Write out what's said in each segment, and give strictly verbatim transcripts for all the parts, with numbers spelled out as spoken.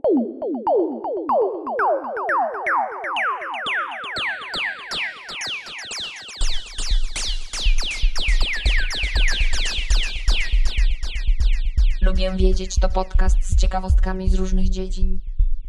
Lubię wiedzieć to podcast z ciekawostkami z różnych dziedzin.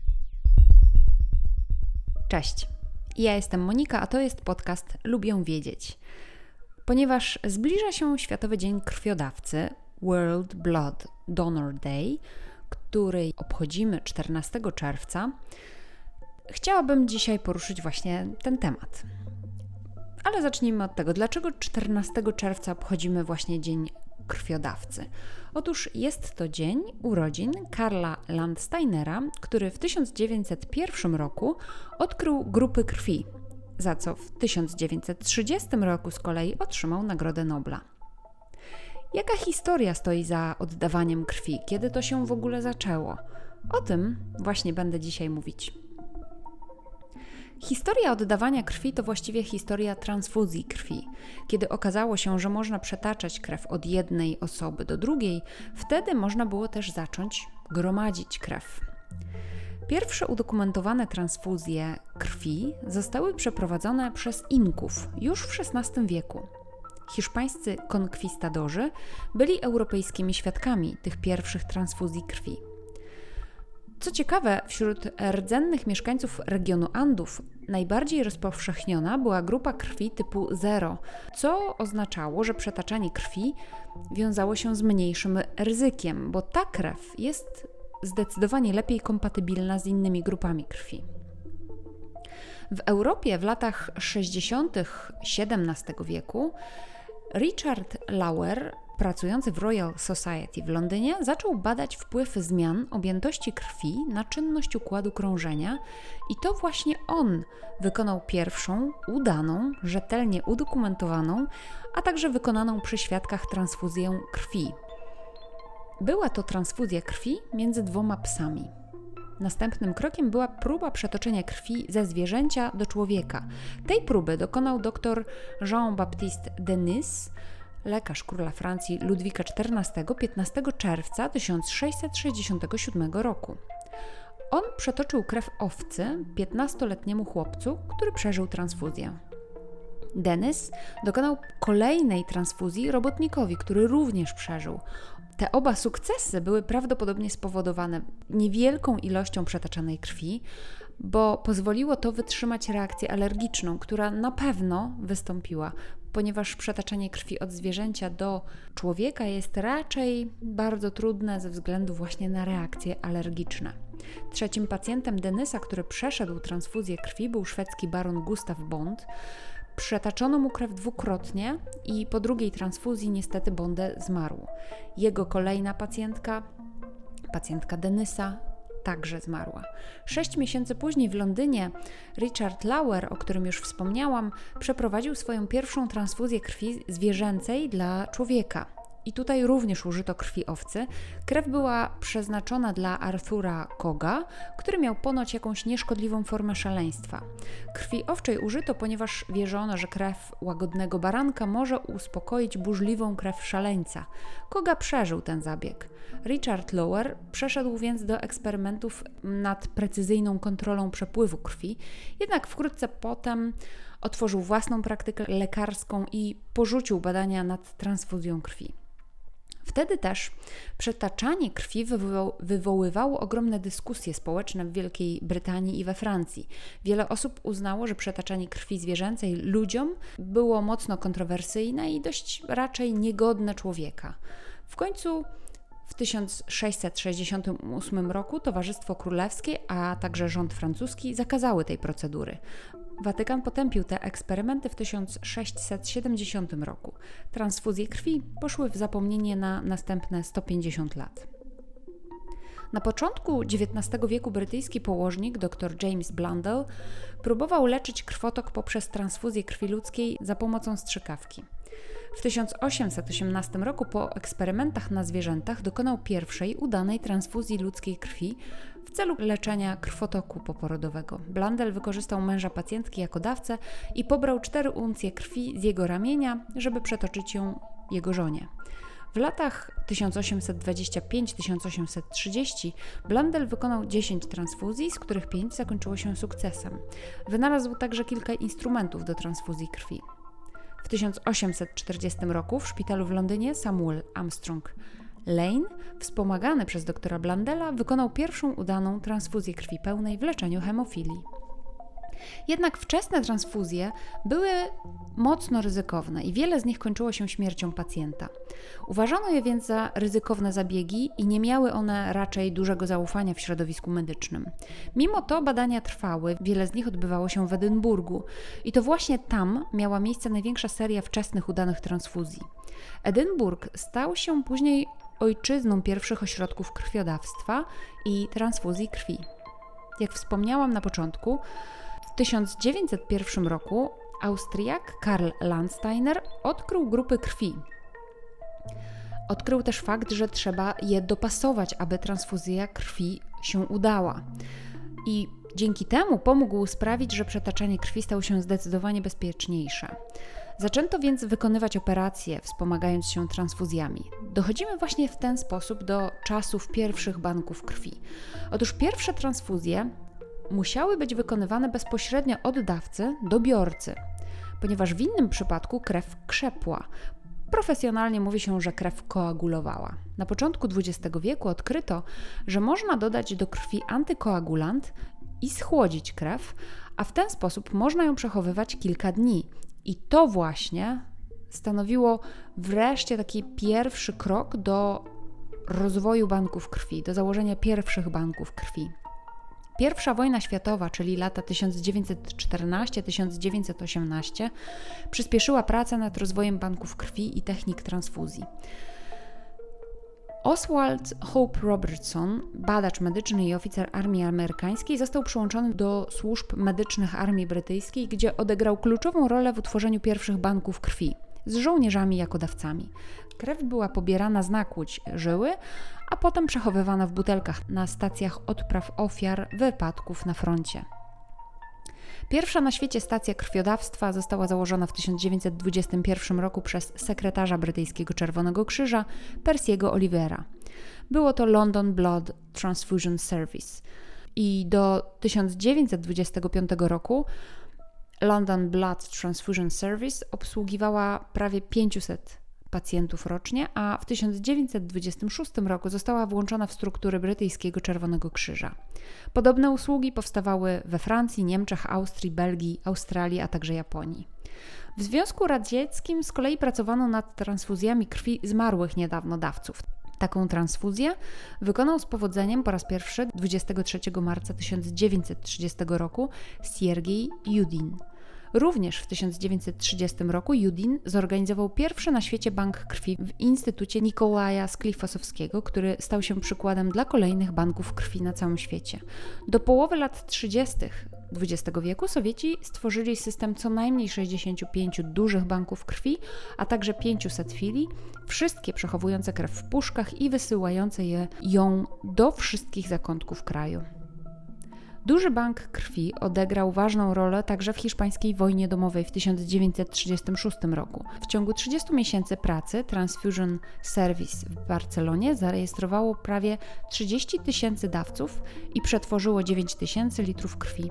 Cześć, ja jestem Monika, a to jest podcast Lubię wiedzieć. Ponieważ zbliża się Światowy Dzień Krwiodawcy, World Blood Donor Day, który obchodzimy czternastego czerwca, chciałabym dzisiaj poruszyć właśnie ten temat. Ale zacznijmy od tego, dlaczego czternastego czerwca obchodzimy właśnie Dzień Krwiodawcy. Otóż jest to dzień urodzin Karla Landsteinera, który w tysiąc dziewięćset pierwszym roku odkrył grupy krwi, za co w tysiąc dziewięćset trzydziestym roku z kolei otrzymał Nagrodę Nobla. Jaka historia stoi za oddawaniem krwi? Kiedy to się w ogóle zaczęło? O tym właśnie będę dzisiaj mówić. Historia oddawania krwi to właściwie historia transfuzji krwi. Kiedy okazało się, że można przetaczać krew od jednej osoby do drugiej, wtedy można było też zacząć gromadzić krew. Pierwsze udokumentowane transfuzje krwi zostały przeprowadzone przez Inków już w szesnastym wieku. Hiszpańscy konkwistadorzy byli europejskimi świadkami tych pierwszych transfuzji krwi. Co ciekawe, wśród rdzennych mieszkańców regionu Andów najbardziej rozpowszechniona była grupa krwi typu zero, co oznaczało, że przetaczanie krwi wiązało się z mniejszym ryzykiem, bo ta krew jest zdecydowanie lepiej kompatybilna z innymi grupami krwi. W Europie w latach sześćdziesiątych siedemnastego wieku Richard Lauer, pracujący w Royal Society w Londynie, zaczął badać wpływ zmian objętości krwi na czynność układu krążenia i to właśnie on wykonał pierwszą, udaną, rzetelnie udokumentowaną, a także wykonaną przy świadkach transfuzję krwi. Była to transfuzja krwi między dwoma psami. Następnym krokiem była próba przetoczenia krwi ze zwierzęcia do człowieka. Tej próby dokonał dr Jean-Baptiste Denis, lekarz króla Francji Ludwika czternastego, piętnastego czerwca tysiąc sześćset sześćdziesiątego siódmego roku. On przetoczył krew owcy piętnastoletniemu chłopcu, który przeżył transfuzję. Denis dokonał kolejnej transfuzji robotnikowi, który również przeżył. Te oba sukcesy były prawdopodobnie spowodowane niewielką ilością przetaczanej krwi, bo pozwoliło to wytrzymać reakcję alergiczną, która na pewno wystąpiła, ponieważ przetaczanie krwi od zwierzęcia do człowieka jest raczej bardzo trudne ze względu właśnie na reakcje alergiczne. Trzecim pacjentem Denisa, który przeszedł transfuzję krwi, był szwedzki baron Gustav Bond. Przetaczono mu krew dwukrotnie i po drugiej transfuzji niestety Bonde zmarł. Jego kolejna pacjentka, pacjentka Denisa, także zmarła. Sześć miesięcy później w Londynie Richard Lauer, o którym już wspomniałam, przeprowadził swoją pierwszą transfuzję krwi zwierzęcej dla człowieka. I tutaj również użyto krwi owcy. Krew była przeznaczona dla Arthura Koga, który miał ponoć jakąś nieszkodliwą formę szaleństwa. Krwi owczej użyto, ponieważ wierzono, że krew łagodnego baranka może uspokoić burzliwą krew szaleńca. Koga przeżył ten zabieg. Richard Lauer przeszedł więc do eksperymentów nad precyzyjną kontrolą przepływu krwi, jednak wkrótce potem otworzył własną praktykę lekarską i porzucił badania nad transfuzją krwi. Wtedy też przetaczanie krwi wywoł- wywoływało ogromne dyskusje społeczne w Wielkiej Brytanii i we Francji. Wiele osób uznało, że przetaczanie krwi zwierzęcej ludziom było mocno kontrowersyjne i dość raczej niegodne człowieka. W końcu w tysiąc sześćset sześćdziesiątym ósmym roku Towarzystwo Królewskie, a także rząd francuski zakazały tej procedury. Watykan potępił te eksperymenty w tysiąc sześćset siedemdziesiątym roku. Transfuzje krwi poszły w zapomnienie na następne sto pięćdziesiąt lat. Na początku dziewiętnastego wieku brytyjski położnik dr James Blundell próbował leczyć krwotok poprzez transfuzję krwi ludzkiej za pomocą strzykawki. W tysiąc osiemset osiemnastym roku po eksperymentach na zwierzętach dokonał pierwszej udanej transfuzji ludzkiej krwi w celu leczenia krwotoku poporodowego. Blundell wykorzystał męża pacjentki jako dawcę i pobrał cztery uncje krwi z jego ramienia, żeby przetoczyć ją jego żonie. W latach tysiąc osiemset dwadzieścia pięć do tysiąc osiemset trzydzieści Blundell wykonał dziesięć transfuzji, z których pięć zakończyło się sukcesem. Wynalazł także kilka instrumentów do transfuzji krwi. W tysiąc osiemset czterdziestym roku w szpitalu w Londynie Samuel Armstrong Lane, wspomagany przez doktora Blundella, wykonał pierwszą udaną transfuzję krwi pełnej w leczeniu hemofilii. Jednak wczesne transfuzje były mocno ryzykowne i wiele z nich kończyło się śmiercią pacjenta. Uważano je więc za ryzykowne zabiegi i nie miały one raczej dużego zaufania w środowisku medycznym. Mimo to badania trwały, wiele z nich odbywało się w Edynburgu i to właśnie tam miała miejsce największa seria wczesnych udanych transfuzji. Edynburg stał się później ojczyzną pierwszych ośrodków krwiodawstwa i transfuzji krwi. Jak wspomniałam na początku, w tysiąc dziewięćset pierwszym roku Austriak Karl Landsteiner odkrył grupy krwi. Odkrył też fakt, że trzeba je dopasować, aby transfuzja krwi się udała. I dzięki temu pomógł sprawić, że przetaczanie krwi stało się zdecydowanie bezpieczniejsze. Zaczęto więc wykonywać operacje, wspomagając się transfuzjami. Dochodzimy właśnie w ten sposób do czasów pierwszych banków krwi. Otóż pierwsze transfuzje musiały być wykonywane bezpośrednio od dawcy do biorcy, ponieważ w innym przypadku krew krzepła. Profesjonalnie mówi się, że krew koagulowała. Na początku dwudziestego wieku odkryto, że można dodać do krwi antykoagulant i schłodzić krew, a w ten sposób można ją przechowywać kilka dni. I to właśnie stanowiło wreszcie taki pierwszy krok do rozwoju banków krwi, do założenia pierwszych banków krwi. Pierwsza wojna światowa, czyli lata tysiąc dziewięćset czternasty do tysiąc dziewięćset osiemnasty, przyspieszyła pracę nad rozwojem banków krwi i technik transfuzji. Oswald Hope Robertson, badacz medyczny i oficer armii amerykańskiej, został przyłączony do służb medycznych armii brytyjskiej, gdzie odegrał kluczową rolę w utworzeniu pierwszych banków krwi, z żołnierzami jako dawcami. Krew była pobierana z nakłuć żyły, a potem przechowywana w butelkach na stacjach odpraw ofiar wypadków na froncie. Pierwsza na świecie stacja krwiodawstwa została założona w tysiąc dziewięćset dwudziestym pierwszym roku przez sekretarza brytyjskiego Czerwonego Krzyża Percy'ego Olivera. Było to London Blood Transfusion Service i do tysiąc dziewięćset dwudziestego piątego roku London Blood Transfusion Service obsługiwała prawie pięćset pacjentów rocznie, a w tysiąc dziewięćset dwudziestym szóstym roku została włączona w struktury brytyjskiego Czerwonego Krzyża. Podobne usługi powstawały we Francji, Niemczech, Austrii, Belgii, Australii, a także Japonii. W Związku Radzieckim z kolei pracowano nad transfuzjami krwi zmarłych niedawno dawców. Taką transfuzję wykonał z powodzeniem po raz pierwszy dwudziestego trzeciego marca tysiąc dziewięćset trzydziestego roku Siergiej Judin. Również w tysiąc dziewięćset trzydziestym roku Judin zorganizował pierwszy na świecie bank krwi w Instytucie Nikolaja Sklifosowskiego, który stał się przykładem dla kolejnych banków krwi na całym świecie. Do połowy lat trzydziestych dwudziestego wieku Sowieci stworzyli system co najmniej sześćdziesięciu pięciu dużych banków krwi, a także pięciuset filii, wszystkie przechowujące krew w puszkach i wysyłające je, ją do wszystkich zakątków kraju. Duży bank krwi odegrał ważną rolę także w hiszpańskiej wojnie domowej w tysiąc dziewięćset trzydziestym szóstym roku. W ciągu trzydziestu miesięcy pracy Transfusion Service w Barcelonie zarejestrowało prawie trzydzieści tysięcy dawców i przetworzyło dziewięć tysięcy litrów krwi.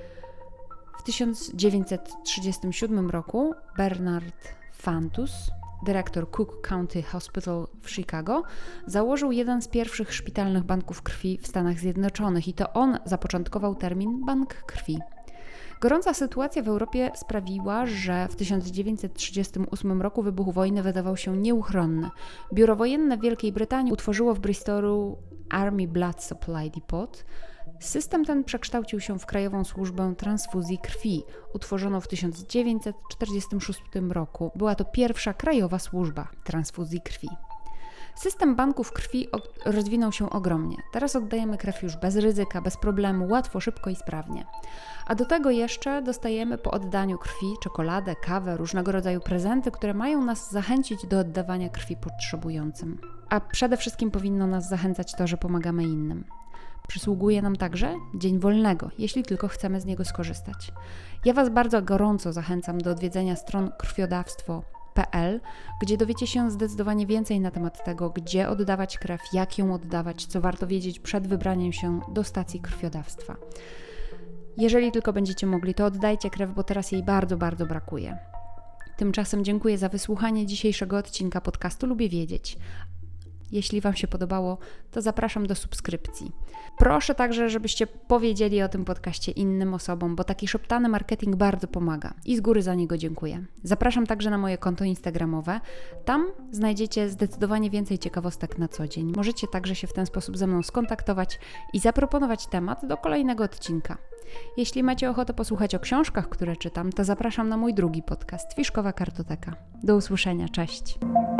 W tysiąc dziewięćset trzydziestym siódmym roku Bernard Fantus, dyrektor Cook County Hospital w Chicago, założył jeden z pierwszych szpitalnych banków krwi w Stanach Zjednoczonych i to on zapoczątkował termin bank krwi. Gorąca sytuacja w Europie sprawiła, że w tysiąc dziewięćset trzydziestym ósmym roku wybuch wojny wydawał się nieuchronny. Biuro wojenne w Wielkiej Brytanii utworzyło w Bristolu Army Blood Supply Depot. System ten przekształcił się w Krajową Służbę Transfuzji Krwi, utworzoną w tysiąc dziewięćset czterdziestym szóstym roku. Była to pierwsza krajowa służba transfuzji krwi. System banków krwi rozwinął się ogromnie. Teraz oddajemy krew już bez ryzyka, bez problemu, łatwo, szybko i sprawnie. A do tego jeszcze dostajemy po oddaniu krwi czekoladę, kawę, różnego rodzaju prezenty, które mają nas zachęcić do oddawania krwi potrzebującym. A przede wszystkim powinno nas zachęcać to, że pomagamy innym. Przysługuje nam także dzień wolnego, jeśli tylko chcemy z niego skorzystać. Ja Was bardzo gorąco zachęcam do odwiedzenia stron krwiodawstwo kropka p l, gdzie dowiecie się zdecydowanie więcej na temat tego, gdzie oddawać krew, jak ją oddawać, co warto wiedzieć przed wybraniem się do stacji krwiodawstwa. Jeżeli tylko będziecie mogli, to oddajcie krew, bo teraz jej bardzo, bardzo brakuje. Tymczasem dziękuję za wysłuchanie dzisiejszego odcinka podcastu Lubię Wiedzieć. Jeśli Wam się podobało, to zapraszam do subskrypcji. Proszę także, żebyście powiedzieli o tym podcaście innym osobom, bo taki szeptany marketing bardzo pomaga i z góry za niego dziękuję. Zapraszam także na moje konto instagramowe. Tam znajdziecie zdecydowanie więcej ciekawostek na co dzień. Możecie także się w ten sposób ze mną skontaktować i zaproponować temat do kolejnego odcinka. Jeśli macie ochotę posłuchać o książkach, które czytam, to zapraszam na mój drugi podcast Fiszkowa Kartoteka. Do usłyszenia, cześć!